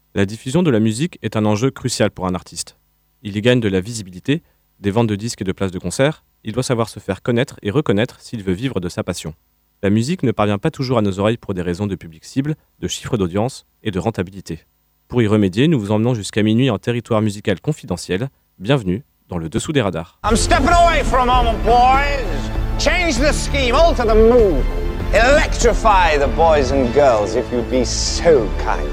La diffusion de la musique est un enjeu crucial pour un artiste. Il y gagne de la visibilité, des ventes de disques et de places de concert. Il doit savoir se faire connaître et reconnaître s'il veut vivre de sa passion. La musique ne parvient pas toujours à nos oreilles pour des raisons de public cible, de chiffres d'audience et de rentabilité. Pour y remédier, nous vous emmenons jusqu'à minuit en territoire musical confidentiel. Bienvenue dans le dessous des radars. I'm stepping away for a moment, boys. Change the scheme, alter the mood. Electrify the boys and girls if you'd be so kind.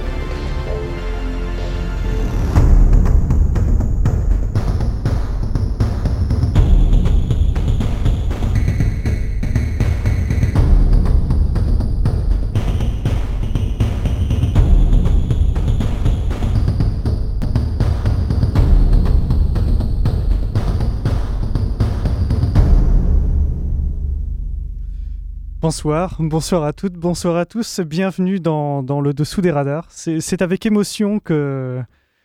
Bonsoir à toutes, bonsoir à tous, bienvenue dans le dessous des radars. C'est avec émotion que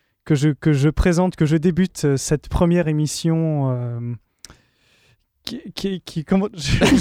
je débute cette première émission qui comment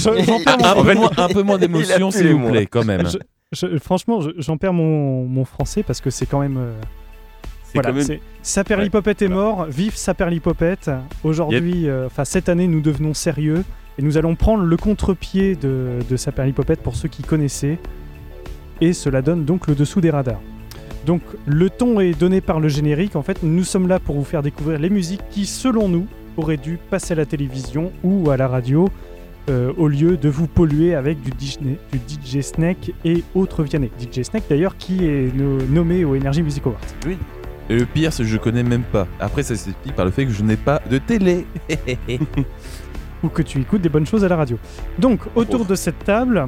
un peu moins d'émotion s'il vous plaît quand même. Franchement, j'en perds mon français parce que c'est quand même... Saperlipopette est mort, vive Saperlipopette. Aujourd'hui, cette année, nous devenons sérieux. Et nous allons prendre le contre-pied de Saperlipopette pour ceux qui connaissaient. Et cela donne donc le dessous des radars. Donc le ton est donné par le générique. En fait, nous sommes là pour vous faire découvrir les musiques qui, selon nous, auraient dû passer à la télévision ou à la radio au lieu de vous polluer avec du DJ Snake et autres Vianney. DJ Snake d'ailleurs qui est nommé au Energy Music Awards. Oui. Et le pire, c'est que je connais même pas. Après, ça s'explique par le fait que je n'ai pas de télé. Ou que tu écoutes des bonnes choses à la radio. Donc, autour de cette table,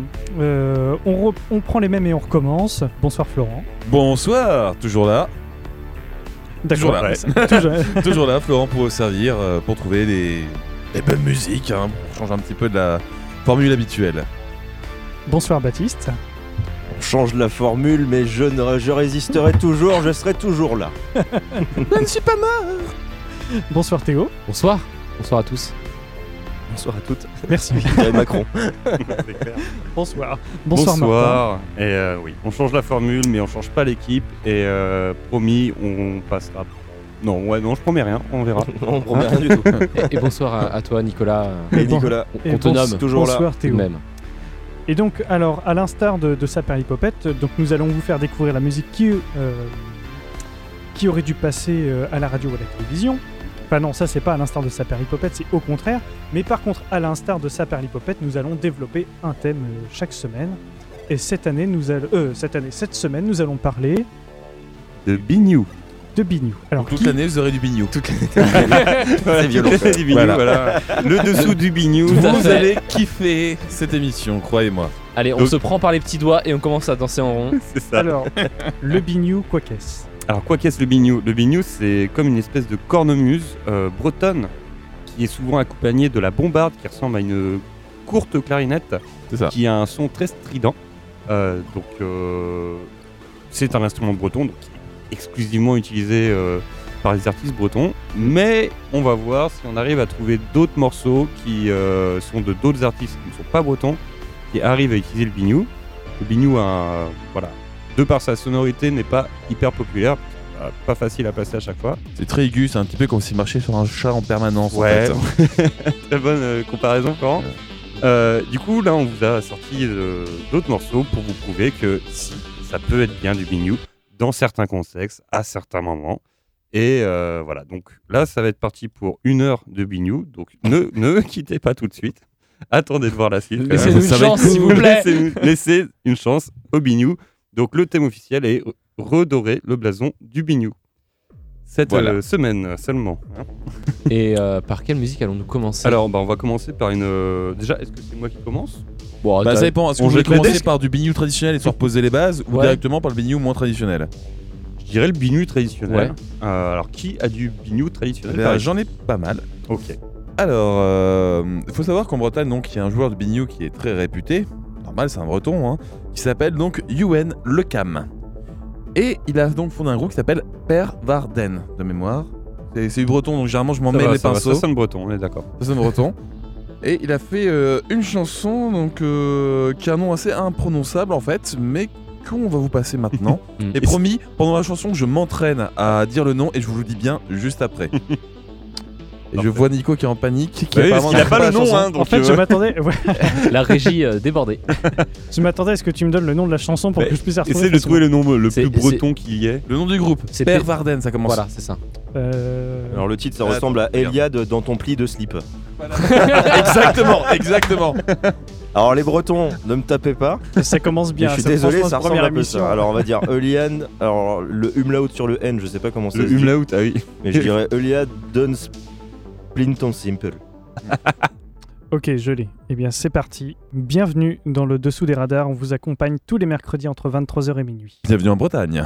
on prend les mêmes et on recommence. Bonsoir Florent. Bonsoir, toujours là. D'accord. Toujours là, Florent, pour vous servir, pour trouver des bonnes musiques, hein, pour changer un petit peu de la formule habituelle. Bonsoir Baptiste. On change la formule, mais je résisterai toujours, je serai toujours là. Je ne suis pas mort. Bonsoir Théo. Bonsoir à tous. Bonsoir à toutes. Merci. Macron. Bonsoir. Bonsoir. Et oui, on change la formule, mais on change pas l'équipe. Et promis, on passera. Non, je promets rien. On verra. On promet rien du tout. Et bonsoir à toi, Nicolas. Et Nicolas. On te nomme toujours bonsoir, là. Théo. Même. Et donc, alors, à l'instar de Saperlipopette, donc nous allons vous faire découvrir la musique qui aurait dû passer à la radio ou à la télévision. Enfin non, ça c'est pas à l'instar de Saperlipopette, c'est au contraire. Mais par contre, à l'instar de Saperlipopette, nous allons développer un thème chaque semaine. Et cette semaine, nous allons parler de Biniou. De Biniou. Alors toute l'année, vous aurez du Biniou. C'est violent. Du Biniou, voilà. Le dessous du Biniou. Vous allez kiffer cette émission, croyez-moi. Allez, on se prend par les petits doigts et on commence à danser en rond. C'est ça. Alors, le Biniou, quoi qu'est-ce ? Alors, quoi qu'est-ce le Biniou ? Le Biniou, c'est comme une espèce de cornemuse bretonne qui est souvent accompagnée de la bombarde qui ressemble à une courte clarinette qui a un son très strident. C'est un instrument breton donc, qui est exclusivement utilisé par les artistes bretons. Mais on va voir si on arrive à trouver d'autres morceaux qui sont de d'autres artistes qui ne sont pas bretons qui arrivent à utiliser le Biniou. Le Biniou de par sa sonorité, n'est pas hyper populaire, pas facile à placer à chaque fois. C'est très aigu, c'est un petit peu comme s'il marchait sur un chat en permanence. Ouais, en fait. Très bonne comparaison, Florent. Du coup, là, on vous a sorti d'autres morceaux pour vous prouver que si, ça peut être bien du Biniou dans certains contextes, à certains moments. Et voilà, donc là, ça va être parti pour 1 heure de Biniou, donc ne quittez pas tout de suite. Attendez de voir la suite. Laissez-nous une chance, s'il vous plaît. Laissez une chance au Biniou. Donc le thème officiel est redorer le blason du Biniou. Cette semaine seulement. Hein. Et par quelle musique allons-nous commencer ? Alors on va commencer par une... Déjà, est-ce que c'est moi qui commence ? Bon, ça dépend. Est-ce que vous voulez commencer par du Biniou traditionnel et se reposer les bases ou directement par le Biniou moins traditionnel ? Je dirais le Biniou traditionnel. Ouais. Alors qui a du Biniou traditionnel ? J'en ai pas mal. Ok. Alors, il faut savoir qu'en Bretagne, donc, il y a un joueur de Biniou qui est très réputé. Normal, c'est un breton, hein, qui s'appelle donc Ewen Le Cam. Et il a donc fondé un groupe qui s'appelle Père Varden, de mémoire. C'est du breton, donc généralement je m'en mêle les pinceaux. Ça sonne breton, on est d'accord. Ça sonne breton. Et il a fait une chanson donc, qui a un nom assez imprononçable en fait, mais qu'on va vous passer maintenant. Et promis, pendant la chanson, je m'entraîne à dire le nom et je vous le dis bien juste après. Et je vois Nico qui est en panique. Il a pas le nom, hein. En fait, je m'attendais. Ouais. La régie débordée. Je m'attendais à ce que tu me donnes le nom de la chanson pour que je puisse retrouver. Essaye de trouver le nom le C'est- plus breton qui y est. Le nom du groupe, C'est Père Varden, ça commence. Voilà, c'est ça. Alors le titre ça ressemble à Eliade dans ton pli de slip. Exactement. Alors les Bretons, ne me tapez pas. Ça commence bien. Je suis ça, désolé, franchement, ça cette première ressemble un peu émission. ça. Alors on va dire Eliade, alors le umlaut sur le N, je sais pas comment ça Le se dit. umlaut, ah oui. Mais je dirais Eliade donne Splinton Simple. Ok, je l'ai. Eh bien, c'est parti. Bienvenue dans le Dessous des radars. On vous accompagne tous les mercredis entre 23h et minuit. Bienvenue en Bretagne.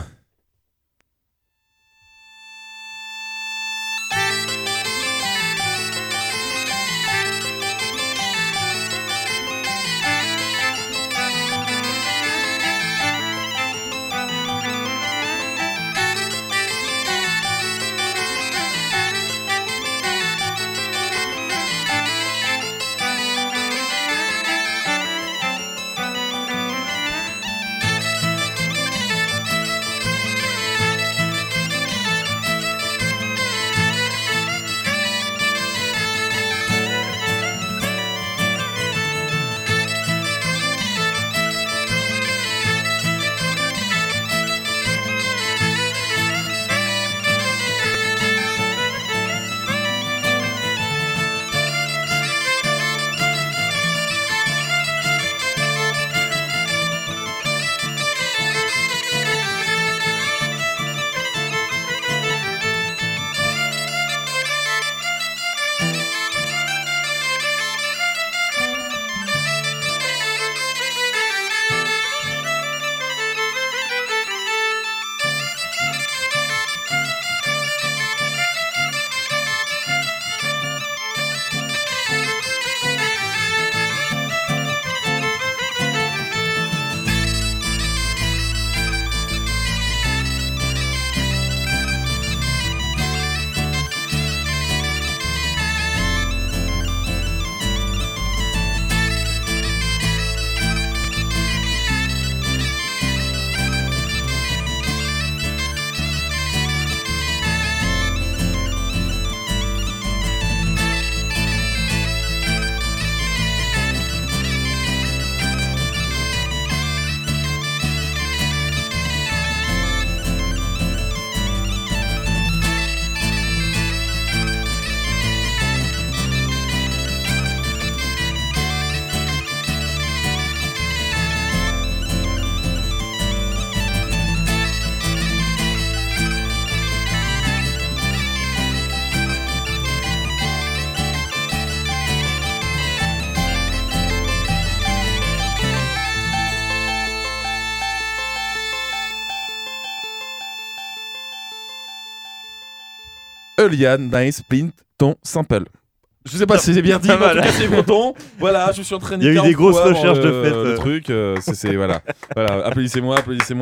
Eliade dans Splinton Simple. Je sais pas si c'est bien dit, mais en tout cas c'est breton. Voilà, je suis en train de Il y a eu des grosses recherches de fait. Le truc, c'est voilà. Voilà, applaudissez-moi.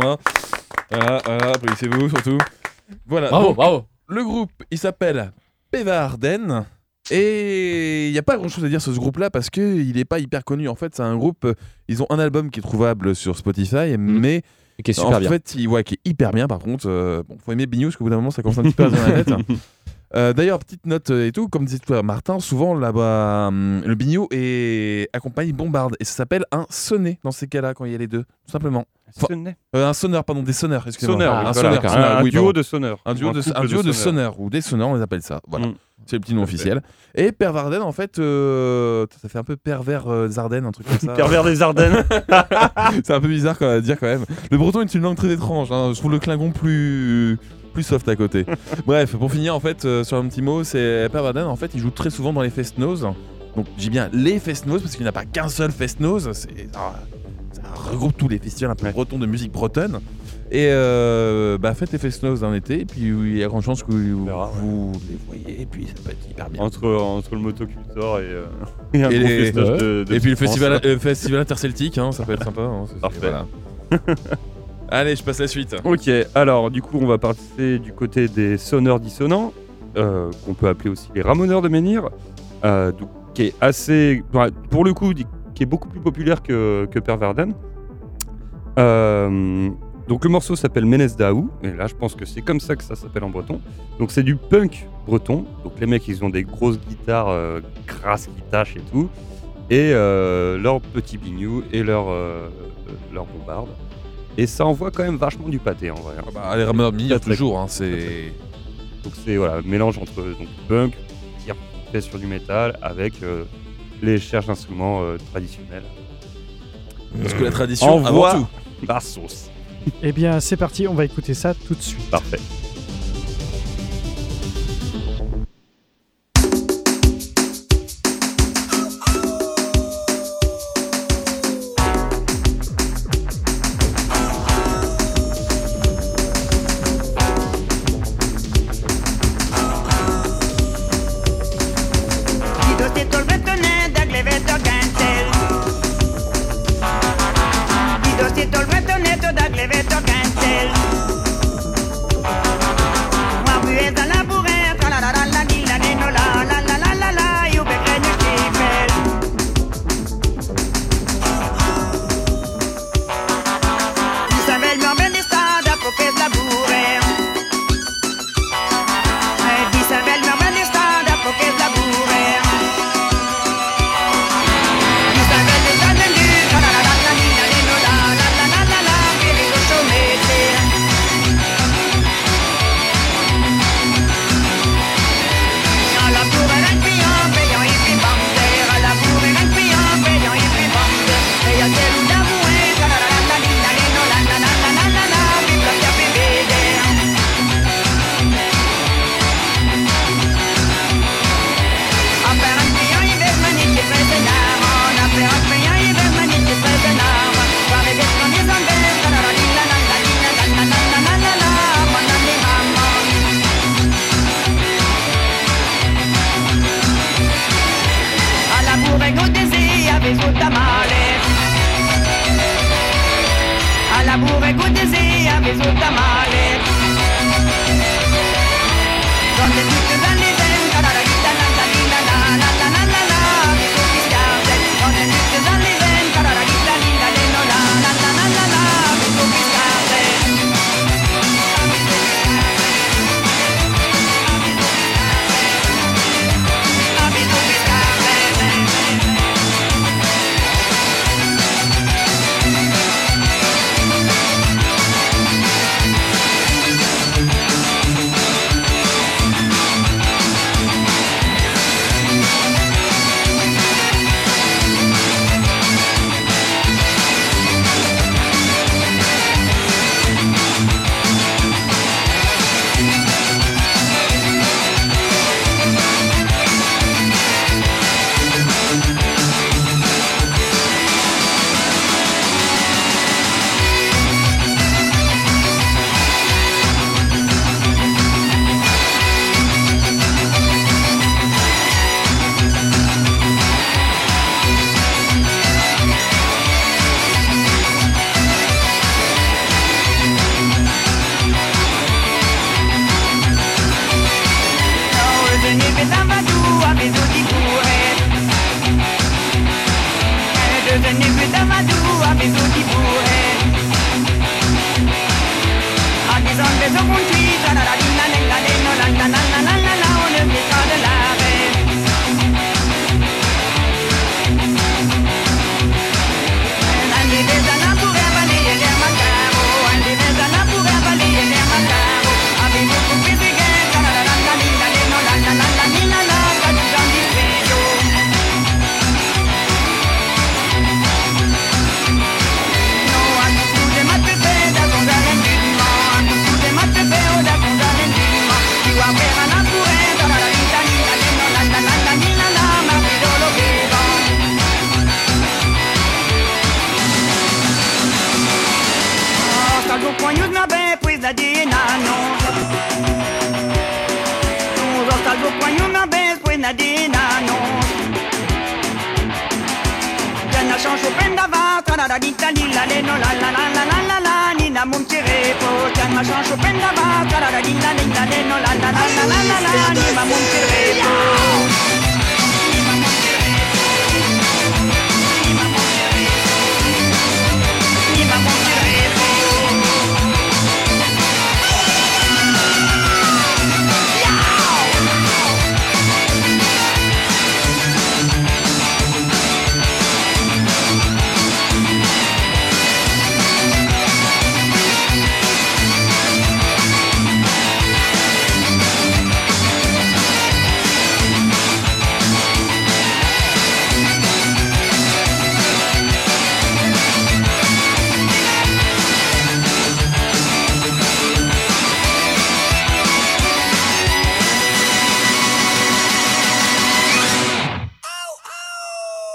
Voilà, applaudissez-vous surtout. Voilà. Bravo. Le groupe, il s'appelle Pevarden. Et il n'y a pas grand chose à dire sur ce groupe là parce qu'il n'est pas hyper connu. En fait, c'est un groupe. Ils ont un album qui est trouvable sur Spotify, mais Qui est super bien. en fait, qui est hyper bien. Par contre, faut aimer Bignou parce qu'au bout d'un moment, ça commence un petit peu à se dans la tête. D'ailleurs, petite note et tout, comme disait tout à l'heure Martin, souvent là-bas, le Bignou est accompagné bombarde et ça s'appelle un sonnet dans ces cas-là quand il y a les deux, tout simplement. Un sonneur, pardon, des sonneurs, excusez-moi. Sonneur, un voilà, sonneur, un oui, duo pardon. de sonneurs. Un duo de sonneurs, ou des sonneurs, on les appelle ça. Voilà. C'est le petit nom officiel. Et Père Varden, en fait, ça fait un peu pervers des Ardennes, un truc comme ça. Pervers des Ardennes. C'est un peu bizarre à dire quand même. Le breton est une langue très étrange. Hein. Je trouve le klingon plus soft à côté. Bref, pour finir, en fait, sur un petit mot, c'est Père Varden, en fait, il joue très souvent dans les fest-noz. Donc, j'ai bien les fest-noz parce qu'il n'y en a pas qu'un seul fest-noz. Ça regroupe tous les festivals un peu bretons de musique bretonne. Et faites les fest-noz en été, et puis il y a grande chance que vous les voyez, et puis ça peut être hyper bien. Entre le motocultor et un Et gros les- festage de Et puis le France. festival interceltique, hein, ça peut être sympa. Hein, Parfait. voilà. Allez, je passe la suite. Ok, alors du coup on va passer du côté des sonneurs dissonants, qu'on peut appeler aussi les ramoneurs de menhir, qui est assez, pour le coup, qui est beaucoup plus populaire que Père Varden. Donc le morceau s'appelle Ménès Daou, et là je pense que c'est comme ça que ça s'appelle en breton. Donc c'est du punk breton, donc les mecs ils ont des grosses guitares grasses qui tâchent et tout, et leurs petits bignou et leurs bombardes. Et ça envoie quand même vachement du pâté en vrai. Les Ramoneurs de Biniou toujours, hein, c'est... Donc c'est voilà, mélange entre punk, qui fait sur du métal, avec les cherches d'instruments traditionnels. Parce que la tradition avant tout. La sauce. Eh bien, c'est parti, on va écouter ça tout de suite. Parfait.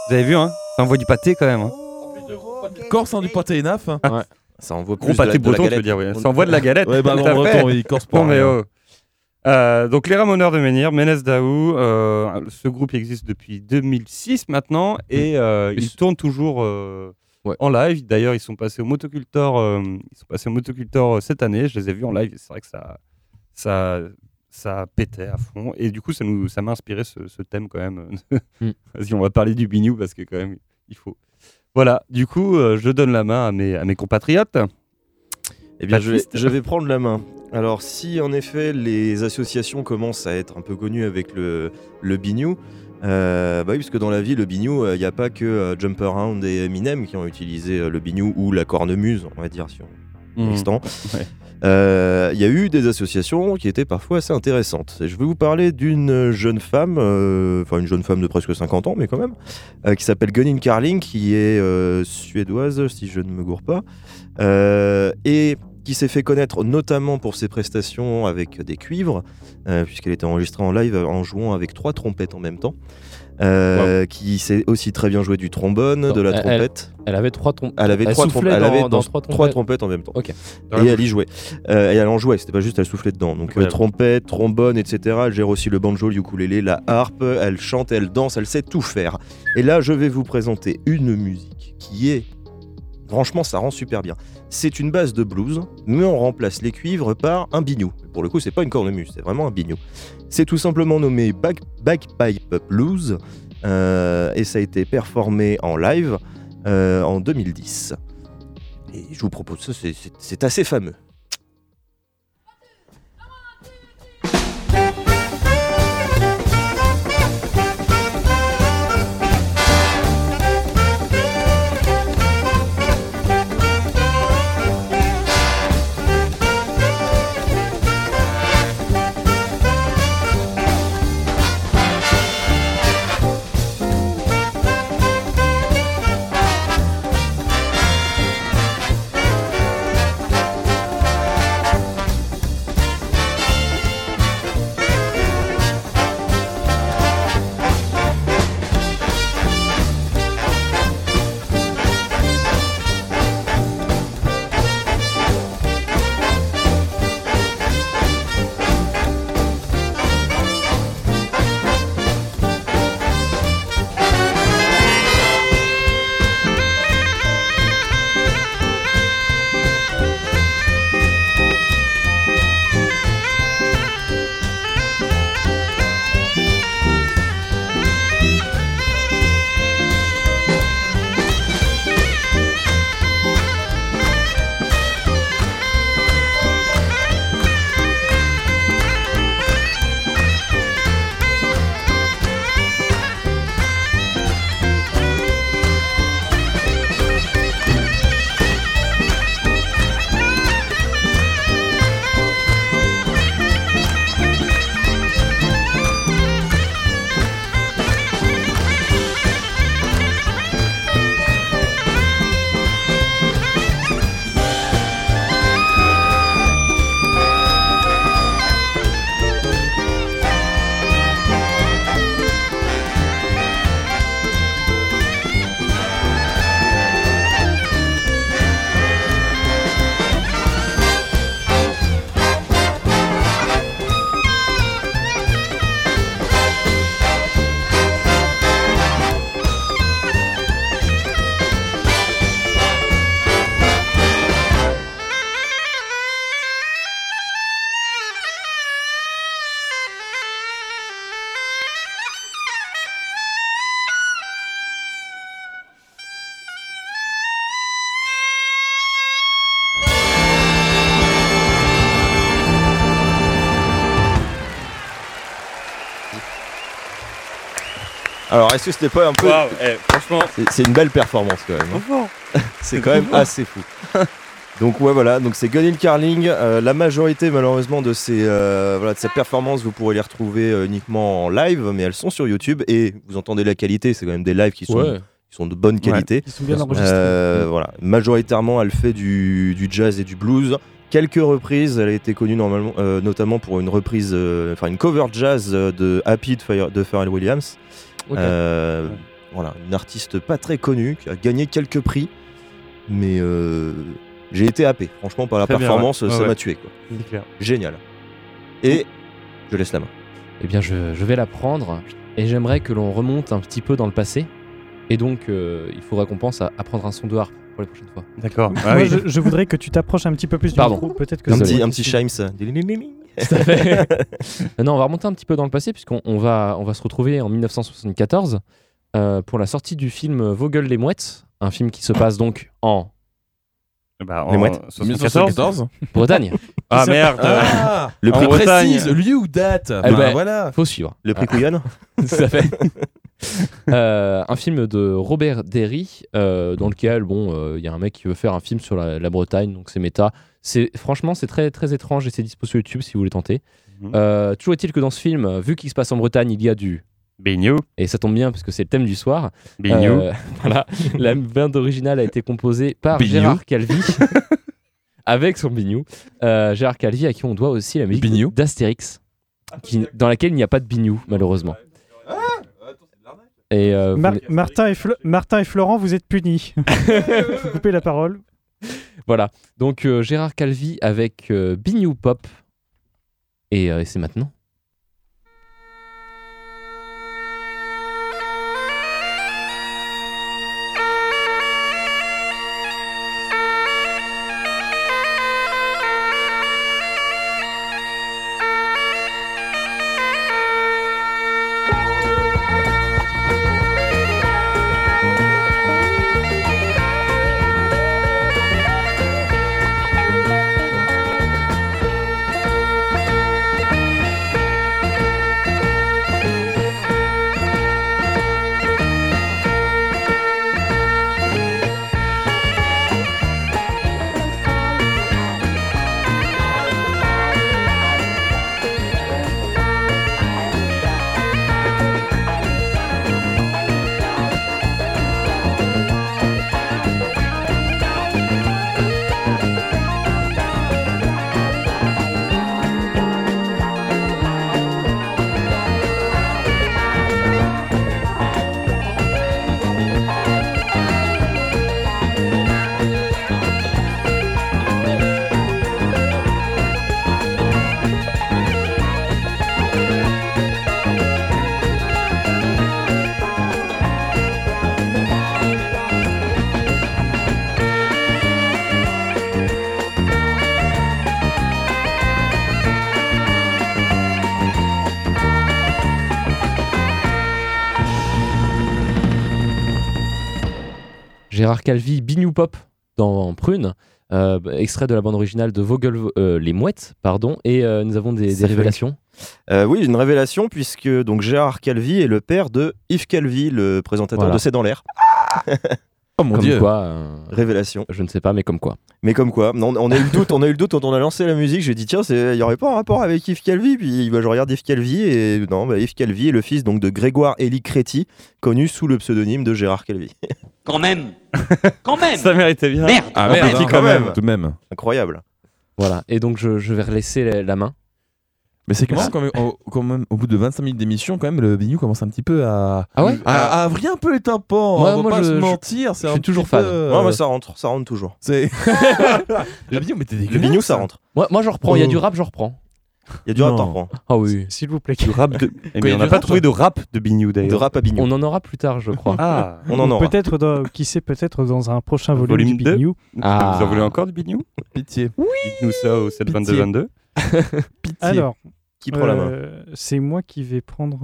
Vous avez vu, hein, ça envoie du pâté quand même. Hein. Corse, du pâté enough. Ça envoie Gros plus pâté de la breton, tu veux galette. dire, ouais. Ça envoie de la galette. Ouais, bah tout non, à fait. breton, il corse pas. Bon, mais hein. donc les Ramoneurs de Menhir, Ménez Daou, ce groupe existe depuis 2006 maintenant et ils tournent toujours en live. D'ailleurs, ils sont passés au Motocultor, cette année. Je les ai vus en live. C'est vrai que ça pétait à fond. Et du coup, ça m'a inspiré ce thème quand même. Vas-y, on va parler du bignou parce que quand même, il faut. Voilà. Du coup, je donne la main à mes compatriotes. Eh bien, je vais prendre la main. Alors, si en effet les associations commencent à être un peu connues avec le bignou, oui, parce que dans la vie, le bignou, il n'y a pas que Jumperhound et Eminem qui ont utilisé le bignou ou la cornemuse, on va dire, si on extend. Ouais. Il y a eu des associations qui étaient parfois assez intéressantes. Et je vais vous parler d'une jeune femme, une jeune femme de presque 50 ans, mais quand même, qui s'appelle Gunhild Carling, qui est suédoise, si je ne me gourre pas, et qui s'est fait connaître notamment pour ses prestations avec des cuivres, puisqu'elle était enregistrée en live en jouant avec 3 trompettes en même temps. Qui sait aussi très bien jouer du trombone, de la trompette. Elle avait 3 trompettes. Elle avait Elle 3 soufflait trompettes. Elle avait dans 3 trompettes en même temps. Ok. Et elle y jouait. Et elle en jouait, c'était pas juste elle soufflait dedans. Donc trompette, trombone, etc. Elle gère aussi le banjo, le ukulélé, la harpe. Elle chante, elle danse, elle sait tout faire. Et là, je vais vous présenter une musique qui est... Franchement, ça rend super bien. C'est une base de blues, mais on remplace les cuivres par un bignou. Pour le coup, c'est pas une cornemuse, c'est vraiment un bignou. C'est tout simplement nommé Bagpipe Blues, et ça a été performé en live en 2010. Et je vous propose ça, c'est assez fameux. Alors, est-ce que c'était pas un peu... Wow, franchement, c'est une belle performance quand même. Hein. C'est quand même assez fou. Donc ouais, voilà, donc c'est Gunhild Carling. La majorité malheureusement de ces performances, vous pourrez les retrouver uniquement en live, mais elles sont sur YouTube et vous entendez la qualité, c'est quand même des lives qui sont de bonne qualité. Qui sont bien enregistrés. Voilà, majoritairement elle fait du jazz et du blues. Quelques reprises, elle a été connue notamment pour une reprise, une cover jazz de Happy de Pharrell Williams. Okay. Voilà, une artiste pas très connue qui a gagné quelques prix, mais j'ai été happé. Franchement, par la Très bien, performance, ouais. ça Ouais, m'a ouais. tué, quoi. C'est clair. Génial. Et je laisse la main. Eh bien, je vais la prendre et j'aimerais que l'on remonte un petit peu dans le passé. Et donc, il faudra qu'on pense à prendre un son de harpe pour les prochaines fois. D'accord. Moi, Ah oui. je voudrais que tu t'approches un petit peu plus du Pardon. micro. Peut-être que Un ça petit, va un être petit utile. Chimes. Tout à fait. Non, on va remonter un petit peu dans le passé puisqu'on va se retrouver en 1974 pour la sortie du film Vogel les mouettes, un film qui se passe donc en Bah, Les en mouettes. 74. Bretagne. Ah merde. Ah, Le En prix, Bretagne. précise lieu ou date. Eh ben, Voilà. Faut suivre. le prix Couillonne. Tout à fait. Un film de Robert Derry dans lequel il y a un mec qui veut faire un film sur la Bretagne, donc c'est méta. Franchement, c'est très, très étrange et c'est dispo sur YouTube si vous voulez tenter. Mhm. Toujours est-il que dans ce film, vu qu'il se passe en Bretagne, il y a du... Bignou. Et ça tombe bien parce que c'est le thème du soir. Bignou. Voilà. La bande originale a été composée par Bignou. Gérard Calvi. Avec son Bignou. Gérard Calvi à qui on doit aussi la musique Bignou. d'Astérix, dans laquelle il n'y a pas de Bignou, malheureusement. Et Martin et Florent, vous êtes punis. Vous coupez la parole. voilà. Donc Gérard Calvi avec Bignou Pop. Et c'est maintenant. Gérard Calvi, Bignou Pop dans Prune, extrait de la bande originale de Vogel les mouettes, pardon, et nous avons des révélations. Oui, une révélation puisque donc Gérard Calvi est le père de Yves Calvi, le présentateur Voilà. de C'est dans l'air. Oh mon Comme dieu. quoi, Révélation. je ne sais pas, mais comme quoi. Mais comme quoi, non, on a eu le doute, quand on a lancé la musique, j'ai dit tiens, il y aurait pas un rapport avec Yves Calvi, puis je regarde Yves Calvi et non, Yves Calvi est le fils donc de Grégoire Élie Créti, connu sous le pseudonyme de Gérard Calvi. Quand même. Quand même. Ça méritait bien. Merde. Ah Oh, merde, petit hein, quand même. Tout de même. Incroyable. Voilà, et donc je vais relaisser la main. Mais c'est quand même, au bout de 25 minutes d'émission, quand même, le Bignou commence un petit peu à. Ah ouais À vriller un peu les tympans. Moi, On va moi, pas je- se mentir. C'est je un suis toujours petit peu, fan. Ouais, moi, ça rentre toujours. C'est. Le Bignou, mais t'es Le dégueulasse. Bignou, ça rentre. Moi je reprends, il y a Oh. du rap, je reprends. Il y a du rap, Non. t'en reprends. Ah oui. S'il vous plaît. Du rap de. Eh il y bien, a on n'a du pas rap, trouvé de rap de Bignou De d'ailleurs. rap à Bignou. On en aura plus tard, je crois. Ah. On en aura. Peut-être, qui sait, peut-être dans un prochain volume Volume du 2. Big New. Ah. Vous en voulez encore du Bignou? Pitié. Dites-nous ça au 72222. Pitié. Alors, Qui prend la main c'est moi qui vais prendre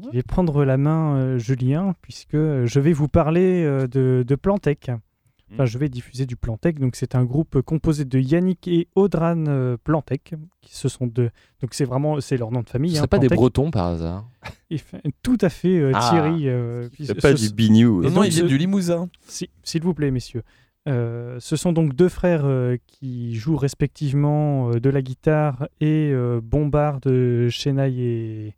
la main, Julien, puisque je vais vous parler de Plantec. Enfin, je vais diffuser du Plantec. Donc, c'est un groupe composé de Yannick et Audran Plantec, qui ce sont deux. Donc, c'est leur nom de famille. Ce hein, serait pas des Plantec. Bretons par hasard. Tout à fait, Ah. Thierry. C'est pas du Bignou. Non, donc, il vient du Limousin. S'il vous plaît, messieurs. Ce sont donc deux frères qui jouent respectivement de la guitare et Bombard de Chennai et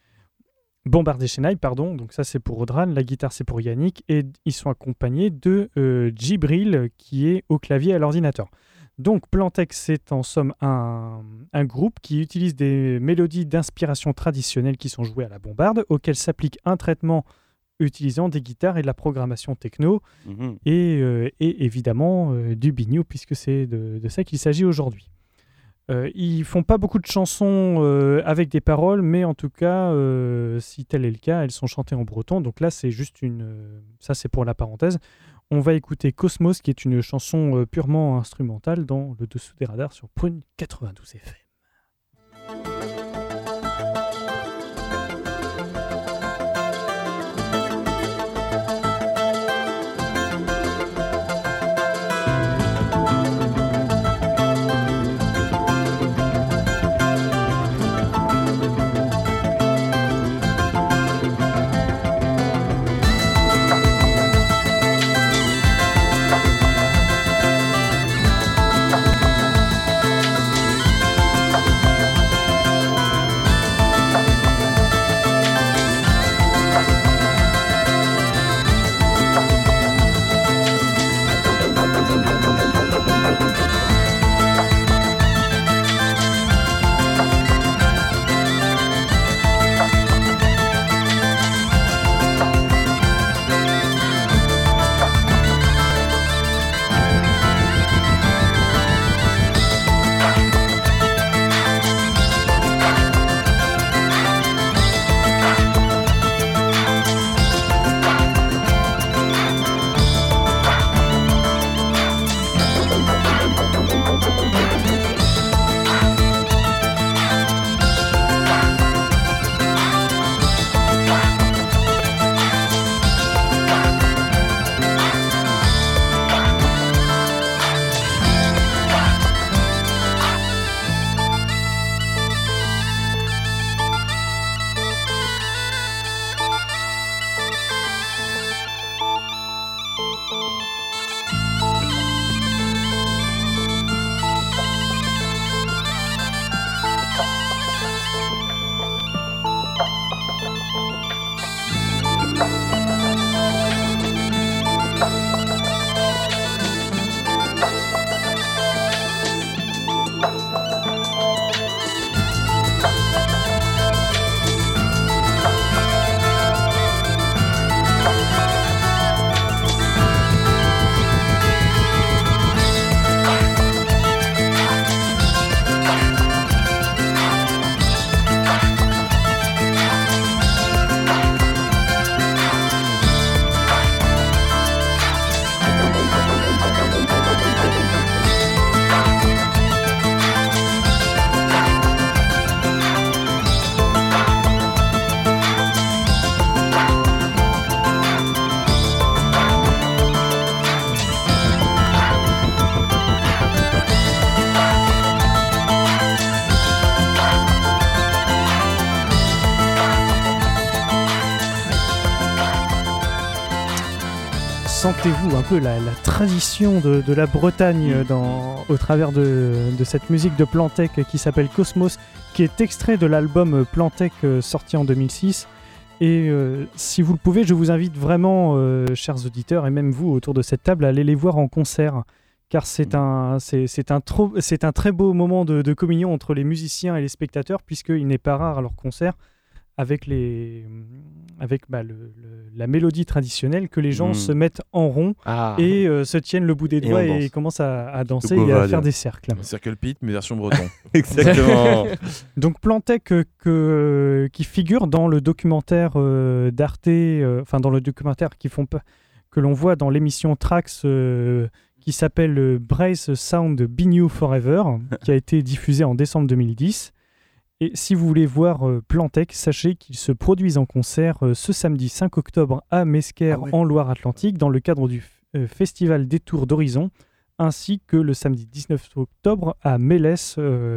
pardon. Donc ça c'est pour Audran, la guitare c'est pour Yannick et ils sont accompagnés de Djibril qui est au clavier à l'ordinateur. Donc Plantec c'est en somme un groupe qui utilise des mélodies d'inspiration traditionnelle qui sont jouées à la bombarde auxquelles s'applique un traitement utilisant des guitares et de la programmation techno et évidemment du biniou, puisque c'est de ça qu'il s'agit aujourd'hui. Ils font pas beaucoup de chansons avec des paroles, mais en tout cas, si tel est le cas, elles sont chantées en breton. Donc là, c'est juste ça, c'est pour la parenthèse. On va écouter Cosmos, qui est une chanson purement instrumentale dans le dessous des radars sur Prune 92 FM. Sentez-vous un peu la tradition de la Bretagne au travers de cette musique de Plantec qui s'appelle Cosmos, qui est extrait de l'album Plantec sorti en 2006. Et si vous le pouvez, je vous invite vraiment, chers auditeurs, et même vous autour de cette table, à aller les voir en concert. Car c'est un très beau moment de communion entre les musiciens et les spectateurs, puisqu'il n'est pas rare à leur concert, avec la mélodie traditionnelle, que les gens se mettent en rond et se tiennent le bout des doigts et commencent à danser et à faire des cercles. Circle Pit, mais version breton. Exactement. Donc Plantec qui figure dans le documentaire d'Arte, dans le documentaire que l'on voit dans l'émission Trax qui s'appelle Brace Sound Biniou Forever, qui a été diffusé en décembre 2010. Et si vous voulez voir Plantec, sachez qu'ils se produisent en concert ce samedi 5 octobre à Mesquer en Loire-Atlantique dans le cadre du festival Détour d'Horizon, ainsi que le samedi 19 octobre à Mélès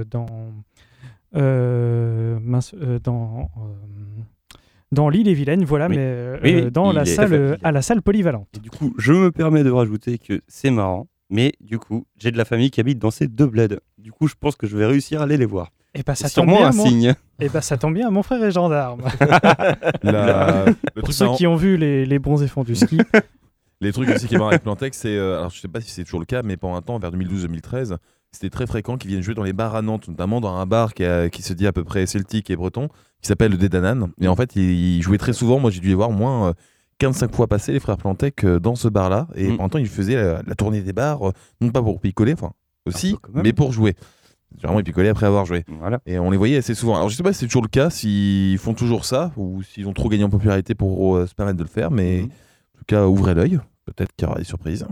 dans l'Ille-et-Vilaine, voilà, à la salle polyvalente. Et du coup, je me permets de rajouter que c'est marrant, mais du coup, j'ai de la famille qui habite dans ces deux bleds. Du coup, je pense que je vais réussir à aller les voir. Et bah, ça c'est sûrement un signe. Et bah, ça tombe bien, mon frère est gendarme. Pour Pour ceux qui ont vu les bronzés fonds du ski. Les trucs aussi qui est marrant avec Plantec, c'est. Alors, je sais pas si c'est toujours le cas, mais pendant un temps, vers 2012-2013, c'était très fréquent qu'ils viennent jouer dans les bars à Nantes, notamment dans un bar qui se dit à peu près celtique et breton, qui s'appelle le Dédanane. Et en fait, ils jouaient très souvent. Moi, j'ai dû les voir au moins 15 fois passé les frères Plantec dans ce bar-là. Et en même temps, ils faisaient la tournée des bars, non pas pour picoler, enfin aussi, mais pour jouer. Généralement, ils picolaient après avoir joué. Voilà. Et on les voyait assez souvent. Alors, je sais pas si c'est toujours le cas, s'ils font toujours ça, ou s'ils ont trop gagné en popularité pour se permettre de le faire, mais en tout cas, ouvrez l'œil. Peut-être qu'il y aura des surprises.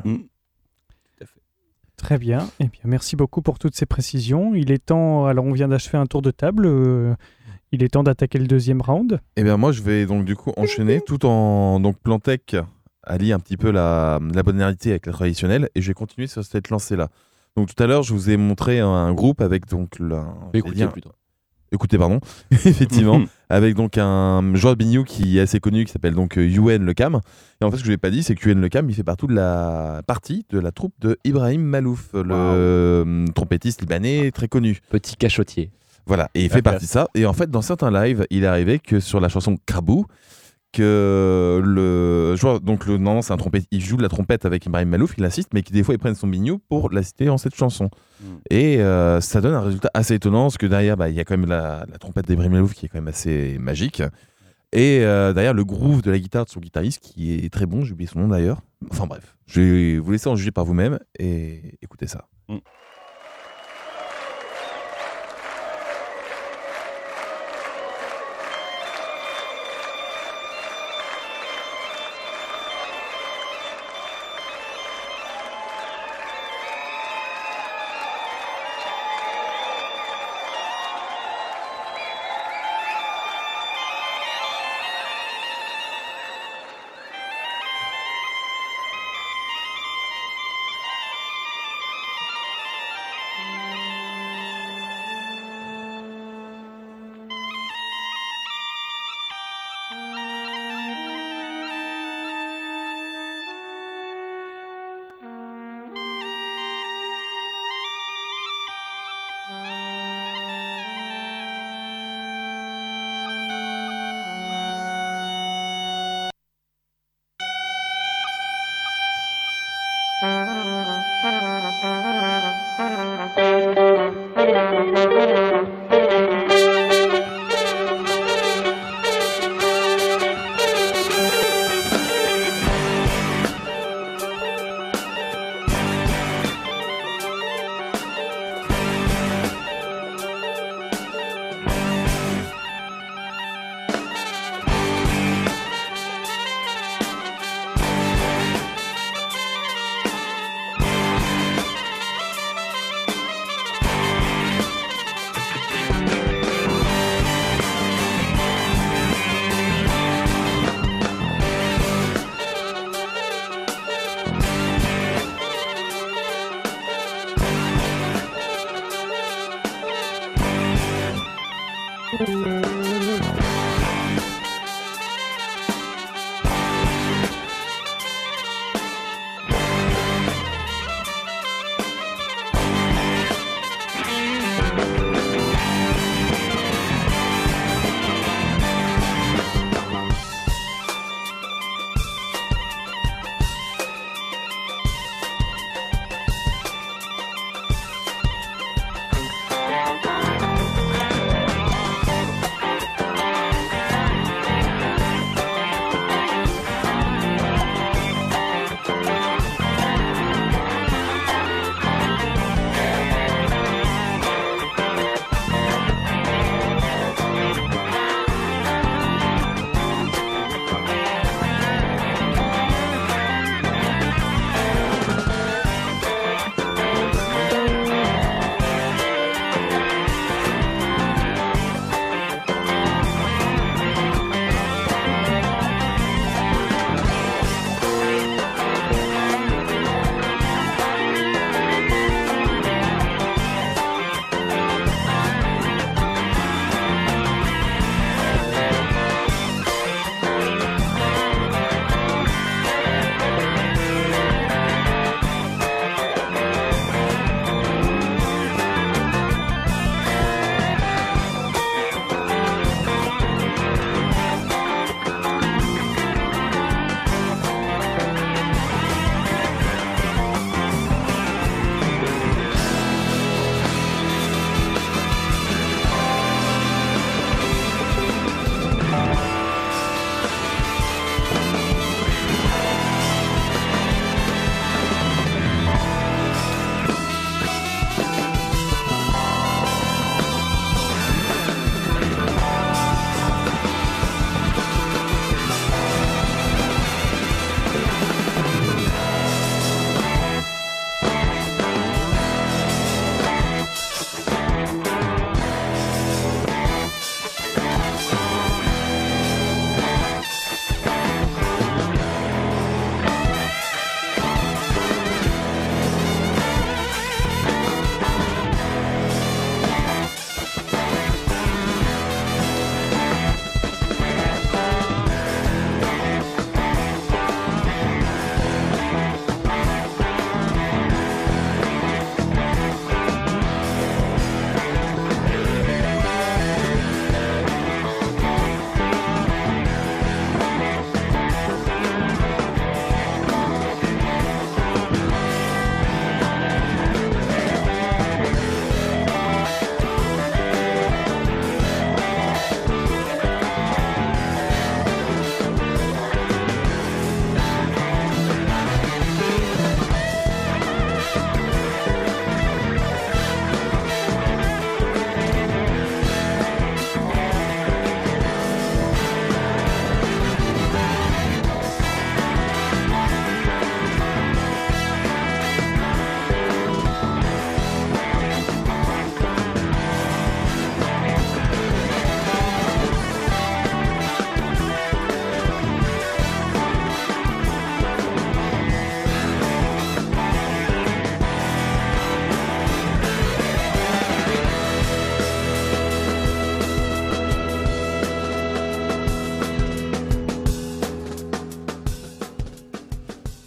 Très bien. Eh bien, merci beaucoup pour toutes ces précisions. Il est temps, alors on vient d'achever un tour de table, il est temps d'attaquer le deuxième round. Eh bien, moi, je vais donc du coup enchaîner tout en. Donc, Plantec allie un petit peu la modernité avec la traditionnelle, et je vais continuer sur cette lancée-là. Donc, tout à l'heure, je vous ai montré un groupe avec donc. Écoutez, pardon. Effectivement, avec donc un joueur de biniou qui est assez connu, qui s'appelle donc Youenn Le-Cam. Et en fait, ce que je n'ai pas dit, c'est que Youenn Le-Cam, il fait partie de la troupe de Ibrahim Malouf, le trompettiste libanais très connu. Petit cachotier. Voilà, et il fait partie de ça. Et en fait, dans certains lives, il est arrivé que sur la chanson Krabou, que le joueur, donc non, c'est un trompette, il joue de la trompette avec Ibrahim Malouf, il assiste, mais qui des fois il prenne son biniou pour l'assister en cette chanson. Et ça donne un résultat assez étonnant, parce que derrière, il y a quand même la trompette d'Ibrahim Malouf qui est quand même assez magique. Et derrière, le groove de la guitare de son guitariste qui est très bon, j'ai oublié son nom d'ailleurs. Enfin bref, je vais vous laisser en juger par vous-même et écoutez ça.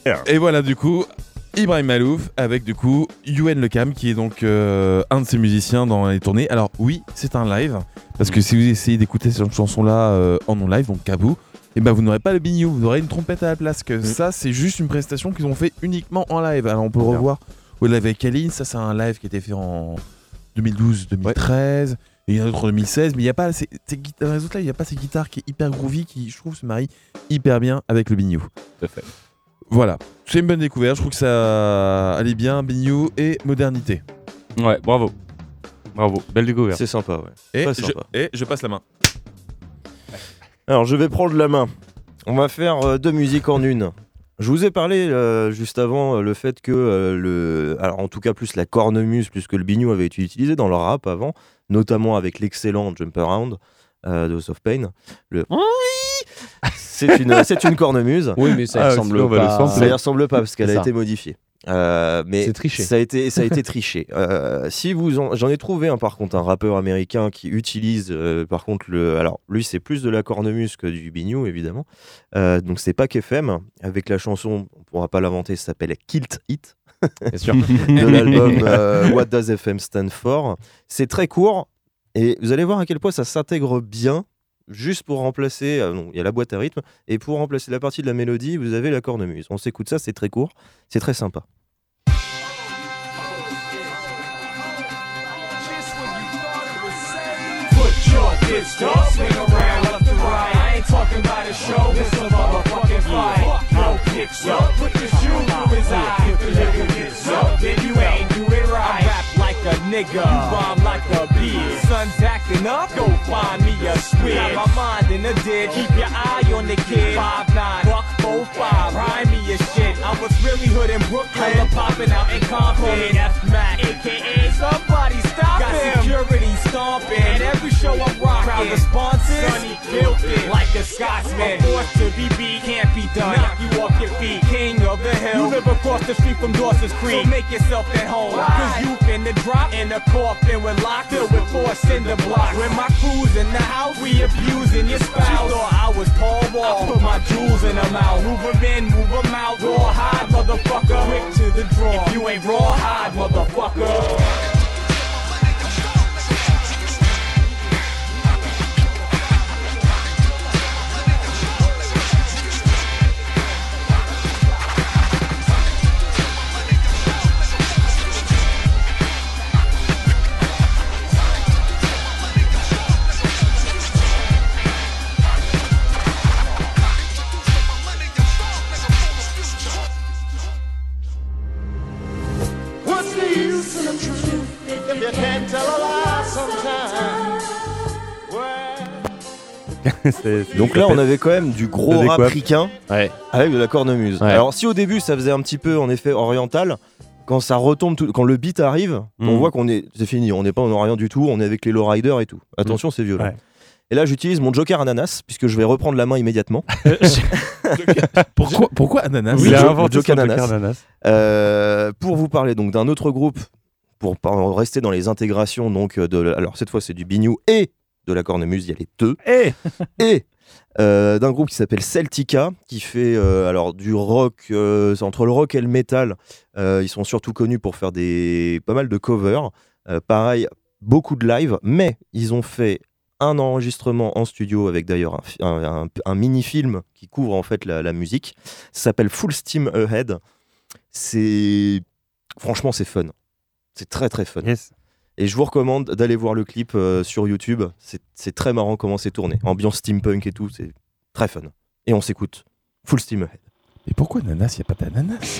Et voilà, du coup, Ibrahim Malouf avec du coup Youen Lecam qui est donc un de ses musiciens dans les tournées. Alors oui, c'est un live parce que si vous essayez d'écouter cette chanson-là en non-live, donc Kabou, et ben vous n'aurez pas le biniou, vous aurez une trompette à la place. Que ça, c'est juste une prestation qu'ils ont fait uniquement en live. Alors on peut revoir au live avec Aline, ça c'est un live qui a été fait en 2012-2013. Et il y en a d'autres en 2016, mais il n'y a pas ces guitares, les autres là, il n'y a pas ces guitares qui est hyper groovy, qui je trouve se marient hyper bien avec le biniou. Tout à fait. Voilà, c'est une bonne découverte, je trouve que ça allait bien, biniou et modernité. Ouais, bravo. Bravo, belle découverte. C'est sympa, ouais. Et je passe la main. Alors, je vais prendre la main. On va faire deux musiques en une. Je vous ai parlé juste avant le fait que, alors en tout cas plus la cornemuse plus que le biniou avait été utilisé dans le rap avant, notamment avec l'excellent Jump Around de House of Pain. C'est une cornemuse. Oui, mais ça ressemble pas. Ça y ressemble pas parce qu'elle C'est a ça. été modifiée. Mais C'est triché. Ça a été triché. Si j'en ai trouvé par contre un rappeur américain qui utilise par contre alors lui c'est plus de la cornemuse que du biniou évidemment. Donc c'est Pac FM avec la chanson, on pourra pas l'inventer, ça s'appelle Kilt It. Bien sûr. De l'album What Does FM Stand For. C'est très court et vous allez voir à quel point ça s'intègre bien. Juste pour remplacer, il y a la boîte à rythme, et pour remplacer la partie de la mélodie, vous avez la cornemuse. On s'écoute ça, c'est très court, c'est très sympa. A nigga, you bomb like a beer. Son's acting up, go find me a squid. Got my mind in a ditch, keep your eye on the kid. 5'9", buck 4'5", rhyme me a shit. I was really hood in Brooklyn, color popping out in Compton. F-Mac, aka somebody stop got him. Got security stomping, at every show I'm rocking. Crowd responses, Sonny killed it like a Scotsman. A force to be beat, can't be done. Knock you off your feet, king of the hill. You live across the street from Dawson's Creek, so make yourself at home. Cause you finna drop in the coffin with locked, filled with 4 cinder blocks. When my crew's in the house, we abusing your spouse. She thought I was Paul Wall, I put my jewels in her mouth. Move them in, move them out. Raw hide, motherfucker. Quick to the draw. If you ain't raw hide, motherfucker. Donc là, on avait quand même du gros rap ricain avec de la cornemuse. Ouais. Alors, si au début ça faisait un petit peu en effet oriental, quand ça retombe, quand le beat arrive, on voit c'est fini. On n'est pas en orient du tout. On est avec les lowriders et tout. Attention, c'est violent. Ouais. Et là, j'utilise mon Joker ananas puisque je vais reprendre la main immédiatement. Pourquoi ananas? Oui, Joker ananas. Pour vous parler donc d'un autre groupe, pour rester dans les intégrations donc alors cette fois c'est du biniou et de la cornemuse, il y a les deux. Et d'un groupe qui s'appelle Celtica, qui fait alors du rock, entre le rock et le metal. Ils sont surtout connus pour faire pas mal de covers. Pareil, beaucoup de live, mais ils ont fait un enregistrement en studio avec d'ailleurs un mini-film qui couvre en fait la musique. Ça s'appelle Full Steam Ahead. Franchement, c'est fun. C'est très très fun. Yes. Et je vous recommande d'aller voir le clip sur YouTube. C'est très marrant comment c'est tourné. Ambiance steampunk et tout, c'est très fun. Et on s'écoute Full Steam Ahead. Et pourquoi ananas? Il n'y a pas d'ananas?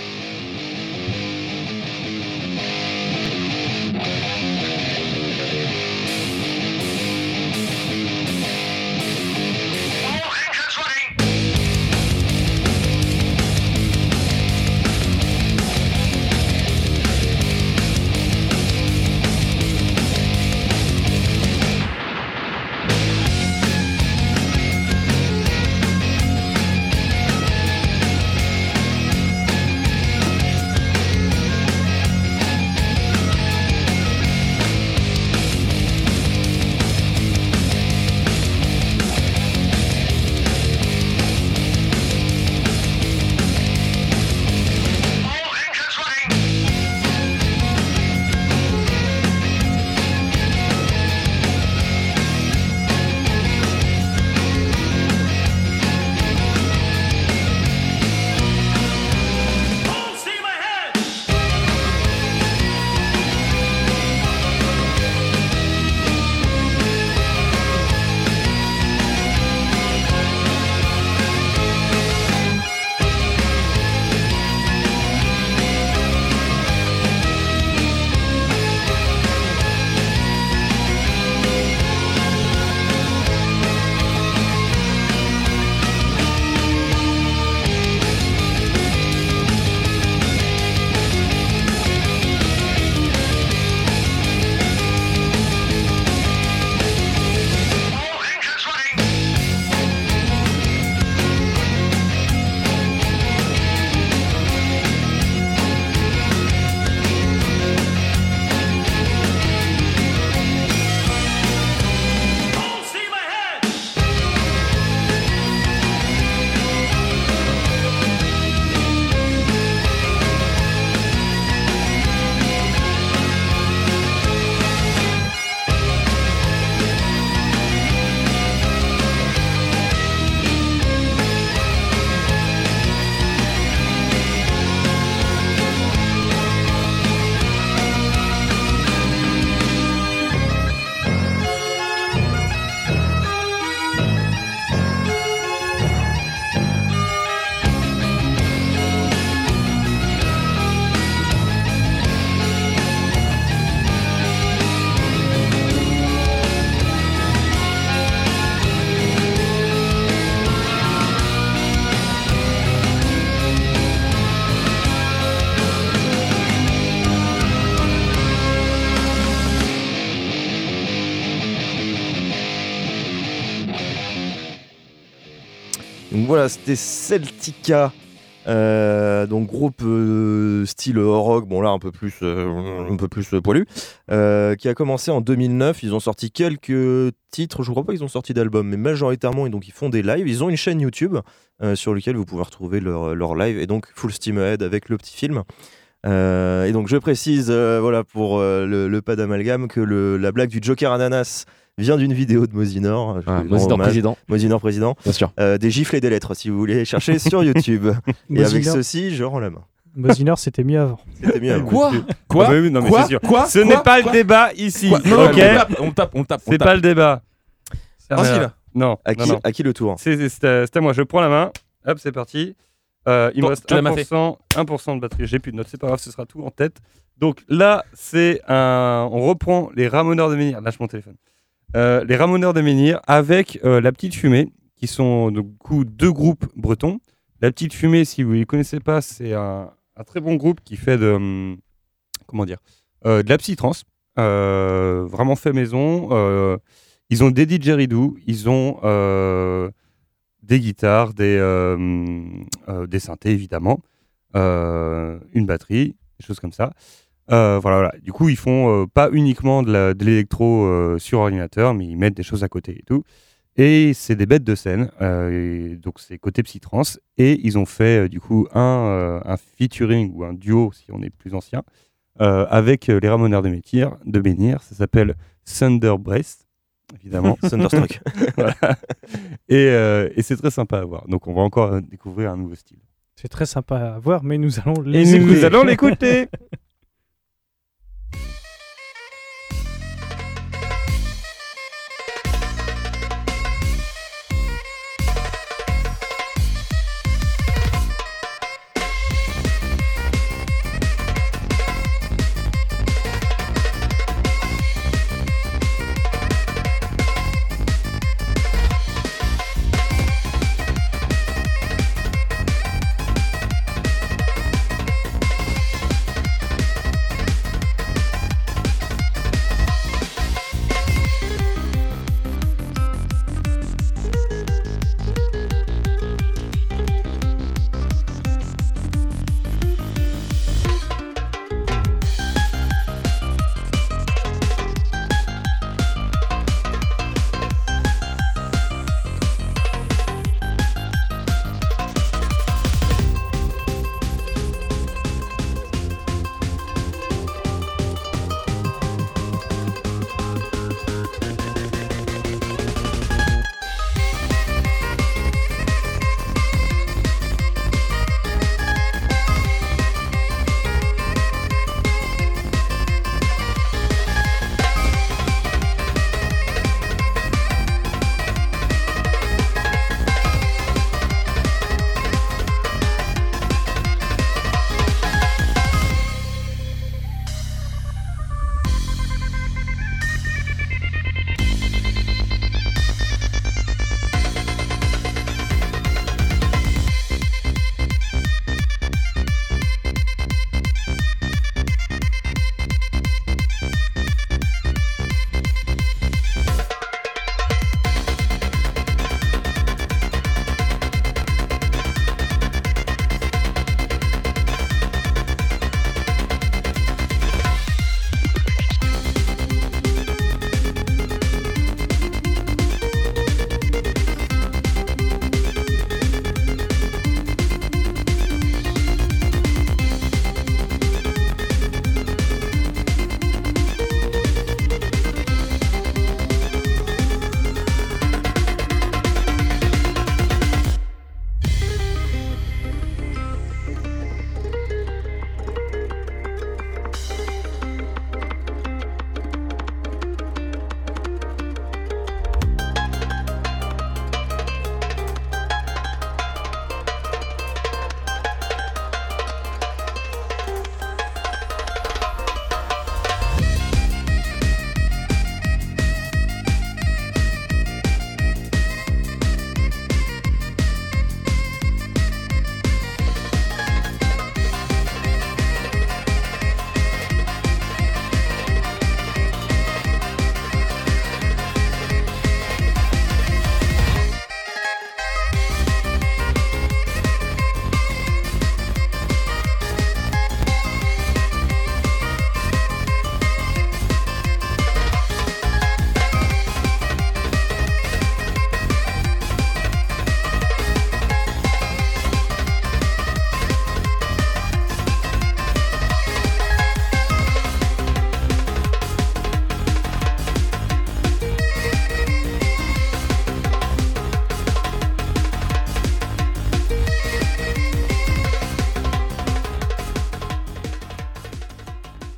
Donc voilà, c'était Celtica. Donc groupe style rock, bon là un peu plus poilu, qui a commencé en 2009. Ils ont sorti quelques titres, je crois pas qu'ils ont sorti d'album, mais majoritairement donc ils font des lives. Ils ont une chaîne YouTube sur laquelle vous pouvez retrouver leur live, et donc Full Steam Ahead avec le petit film. Et donc je précise, voilà pour le pas d'amalgame, que la blague du Joker Ananas vient d'une vidéo de Mosinor. Mosinor président. Bien sûr. Des gifles et des lettres, si vous voulez chercher sur YouTube. Et avec ceci, je rends la main. Mosinor, c'était mieux avant. Quoi Ah bah oui, non, mais c'est sûr. Ce n'est pas le débat ici. Non, Ok. on tape. C'est pas le débat. Ah, si, là. Non. À qui le tour? C'est à moi. Je prends la main. Hop, c'est parti. Il me reste tu l'as maté. 1% de batterie. J'ai plus de notes. C'est pas grave, ce sera tout en tête. Donc là, on reprend les Ramoneurs de Menhir. Lâche mon téléphone. Les Ramoneurs de Menhir avec La Petite Fumée, qui sont du coup 2 groupes bretons. La Petite Fumée, si vous ne les connaissez pas, c'est un très bon groupe qui fait de la psytrance, vraiment fait maison. Ils ont des didgeridoo, ils ont des guitares, des synthés évidemment, une batterie, des choses comme ça. Voilà. Du coup, ils font pas uniquement de l'électro sur ordinateur, mais ils mettent des choses à côté et tout. Et c'est des bêtes de scène, donc c'est côté psytrance. Et ils ont fait du coup un featuring ou un duo, si on est plus ancien, avec les Ramoneurs de Menhir. Ça s'appelle Thunderbreast, évidemment. Thunderstruck. Voilà. Et c'est très sympa à voir. Donc on va encore découvrir un nouveau style. C'est très sympa à voir, mais nous allons Nous allons l'écouter.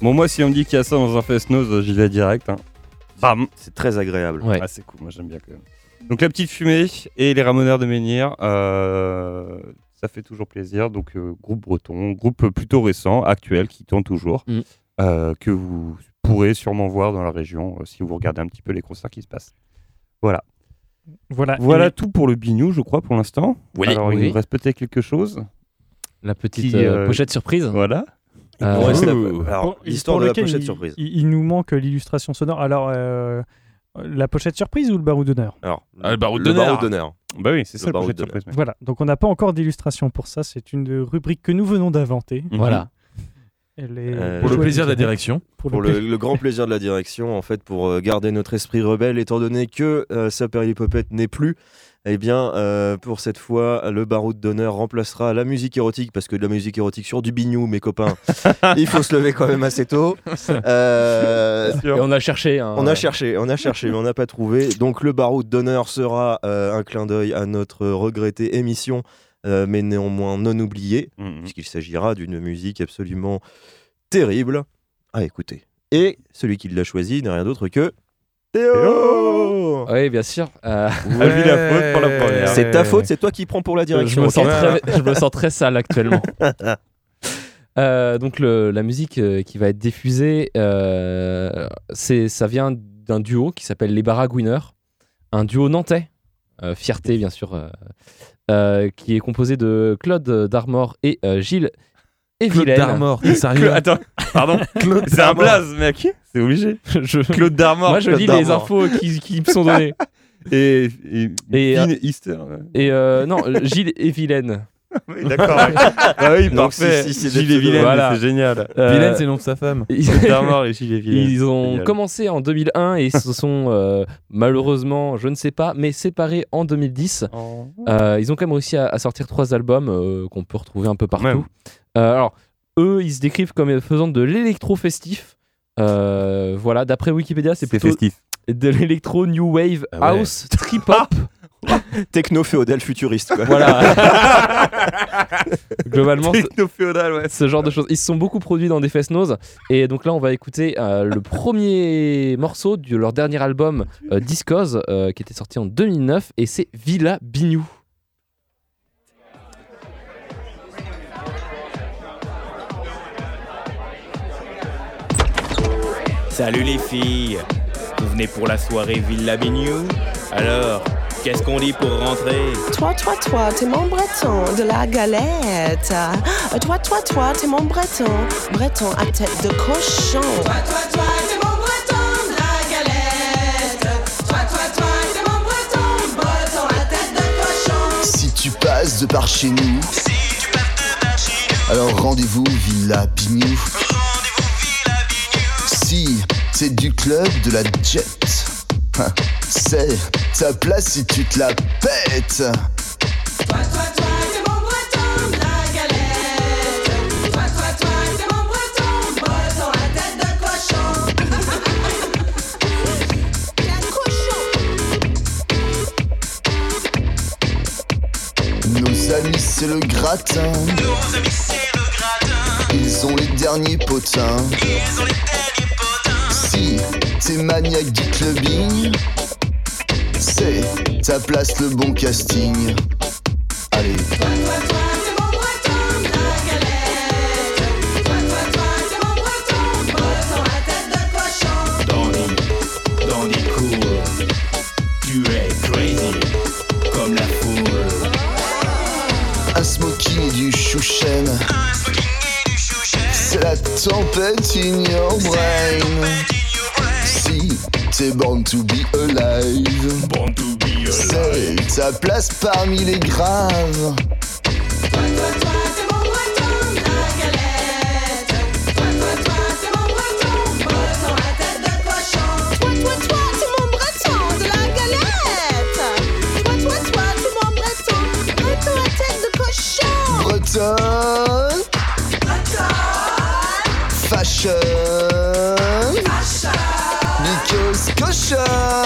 Bon, moi, si on me dit qu'il y a ça dans un Fest-Noz, j'y vais direct. Hein. Bam. C'est très agréable. Ouais. Ah, c'est cool, moi j'aime bien quand même. Donc la petite fumée et les Ramoneurs de Menhir, ça fait toujours plaisir. Donc groupe breton, groupe plutôt récent, actuel, qui tourne toujours, que vous pourrez sûrement voir dans la région si vous regardez un petit peu les concerts qui se passent. Voilà. Voilà tout pour le Bignou, je crois, pour l'instant. Oui. Alors il nous reste peut-être quelque chose. La petite Qui, pochette surprise. Voilà. Alors, l'histoire de la pochette surprise. Il nous manque l'illustration sonore. Alors, la pochette surprise ou le baroud d'honneur? Alors, le baroud d'honneur. Bah oui, c'est ça Le la baroud pochette d'honneur. surprise. Voilà, donc on n'a pas encore d'illustration pour ça. C'est une rubrique que nous venons d'inventer. Voilà. Elle est Pour le chouette, plaisir de la évidemment. direction. Pour le grand plaisir de la direction, en fait, pour garder notre esprit rebelle, étant donné que Saperlipopette n'est plus, eh bien, pour cette fois, le baroud d'honneur remplacera la musique érotique, parce que de la musique érotique sur du bignou, mes copains, il faut se lever quand même assez tôt. Et on a cherché. On a cherché, mais on n'a pas trouvé. Donc le baroud d'honneur sera un clin d'œil à notre regrettée émission, mais néanmoins non oubliée, puisqu'il s'agira d'une musique absolument terrible à écouter. Et celui qui l'a choisi n'est rien d'autre que Théo. Oui, bien sûr. A vu la faute pour la première. C'est ta faute, c'est toi qui prends pour la Je direction. me, ok je me sens très sale actuellement. Donc la musique qui va être diffusée, ça vient d'un duo qui s'appelle Les Baragouineurs, un duo nantais, fierté bien sûr, qui est composé de Claude Darmor et Gilles et Claude Vilaine. Darmor, t'es sérieux? Attends, pardon. C'est un blaze, mec. C'est obligé. Claude Darmor. Moi je Claude lis Darmor. les infos qui me sont données. Et Vin Easter. Et non, Gilles et Vilaine. Oui, d'accord. Ouais. Ah oui, Donc, parfait. si, c'est des Gilles et Vilaine, Voilà. c'est génial. Vilaine, c'est le nom de sa femme. Claude Darmor et Gilles et Vilaine. Ils ont Génial. commencé en 2001 et se sont malheureusement, je ne sais pas, mais séparés en 2010. Ils ont quand même réussi à sortir 3 albums qu'on peut retrouver un peu partout. Ouais. Alors, eux, ils se décrivent comme faisant de l'électro festif. Voilà, d'après Wikipédia, c'est plutôt festif. de l'électro new wave, Ah ouais. house, trip hop. Techno-féodal futuriste, quoi. Voilà. Globalement, Techno-féodal, ouais. ce genre de choses. Ils se sont beaucoup produits dans des Fest-Noz. Et donc là, on va écouter le premier morceau de leur dernier album, Discos, qui était sorti en 2009. Et c'est Villa Bignou. Salut les filles, vous venez pour la soirée Villa Bignou? Alors, qu'est-ce qu'on dit pour rentrer? Toi, t'es mon breton de la galette. Toi, t'es mon breton à tête de cochon. Toi, t'es mon breton de la galette. Toi, t'es mon breton à tête de cochon. Si tu passes de par chez nous, alors rendez-vous Villa Bignou. Si c'est du club de la jet, c'est ta place si tu te la pètes. Toi, t'es mon breton de la galette. Toi, t'es mon breton à tête de cochon. Nos amis c'est le gratin. Ils ont les derniers potins. Si t'es maniaque du clubbing, c'est ta place le bon casting. Allez. Toi, t'es mon breton de la galette. Toi, t'es mon breton à tête de cochon. Dandy cool, tu es crazy, comme la foule. Un smoking et du chouchen. C'est la tempête in your brain. Si t'es born to be alive, c'est ta place parmi les graves. Toi, t'es mon breton de la galette. Toi, t'es mon breton à tête de cochon. Toi, t'es mon breton de la galette. Toi, t'es mon breton à tête de cochon. Bretonne, fashion, because cochon.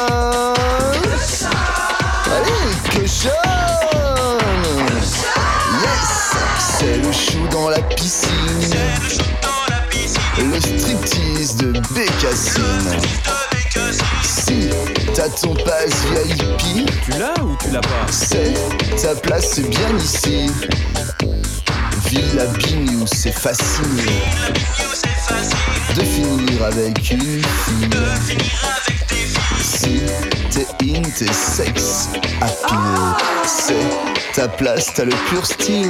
Allez, cochon. Yes, c'est le chou dans la piscine. le striptease de Bécassine. Si t'as ton pass VIP, Tu l'as ou tu l'as pas? c'est ta place, c'est bien ici. Villa Bignou, c'est facile de finir avec une fille. Si t'es in, t'es sexe appeal, c'est ta place, t'as le pur style.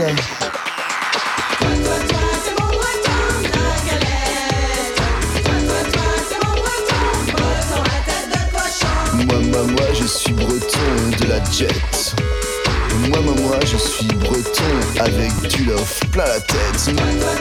Moi, je suis breton de la jet. Moi, je suis breton avec du love plein la tête.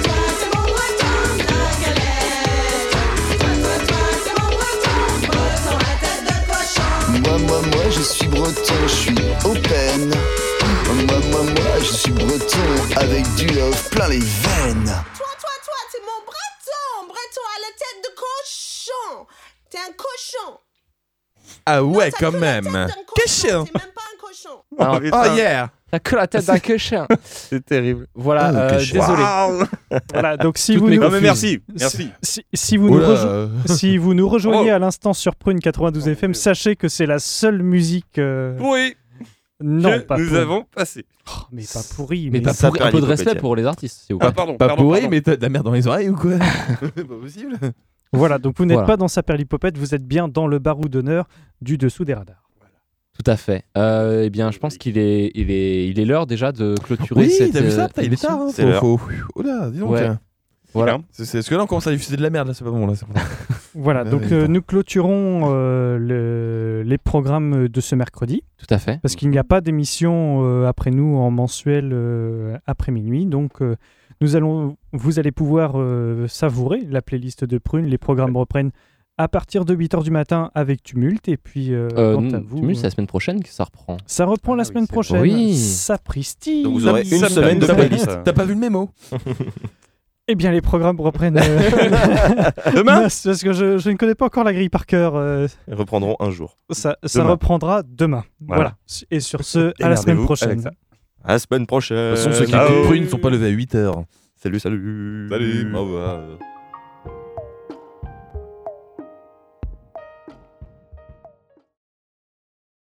Moi, je suis breton, je suis open. Moi, je suis breton avec du love plein les veines. Toi, t'es mon breton à la tête de cochon. T'es un cochon. Ah ouais, Non, t'as quand que la même. tête d'un cochon, t'es même pas un cochon. Ah, Oh yeah. T'as que la tête d'un cochon. C'est terrible. Voilà, désolé. Voilà, donc si Toutes vous mes nous... Non, mais merci. Merci. Si vous, si vous nous rejoignez à l'instant sur Prune 92 FM, sachez que c'est la seule musique... Oui. Non, pas nous pourrie. avons passé. Oh, mais pas pourri. Mais pas ça pourri, un perd peu de l'hypopète. respect pour les artistes, s'il vous plaît. Ah, pardon. Pas pardon, pourri, pardon. mais t'as de la merde dans les oreilles ou quoi? Pas possible. Voilà, donc vous n'êtes Voilà. pas dans Saperlipopette, vous êtes bien dans le barou d'honneur du dessous des radars. Tout à fait. Eh bien, je pense qu'il est l'heure déjà de clôturer Oui, cette t'as vu ça? Putain, il est émission. tard. Hein. C'est l'heure. Oh là, dis donc. Ouais. Voilà. C'est parce que là, on commence à diffuser de la merde, là, c'est pas bon. Là, c'est bon. Voilà, donc oui, nous clôturons les programmes de ce mercredi, Tout à fait. parce qu'il n'y a pas d'émission après nous en mensuel après minuit, donc vous allez pouvoir savourer la playlist de Prune, les programmes reprennent à partir de 8h du matin avec Tumulte, et puis quant à vous... Tumulte, c'est la semaine prochaine que ça reprend. Ça reprend la semaine prochaine. Oui. Sapristi. Donc vous aurez une semaine de playlist. T'as pas vu le mémo? Eh bien, les programmes reprennent Demain. Mince, parce que je ne connais pas encore la grille par cœur. Ils reprendront un jour. Ça Demain. reprendra demain. Voilà. Et sur ce, à la semaine Démerdez-vous prochaine. avec ça. À la semaine prochaine. De toute façon, ceux qui Ciao. écoutent Prune ne sont pas levés à 8h. Salut. Salut. Au revoir.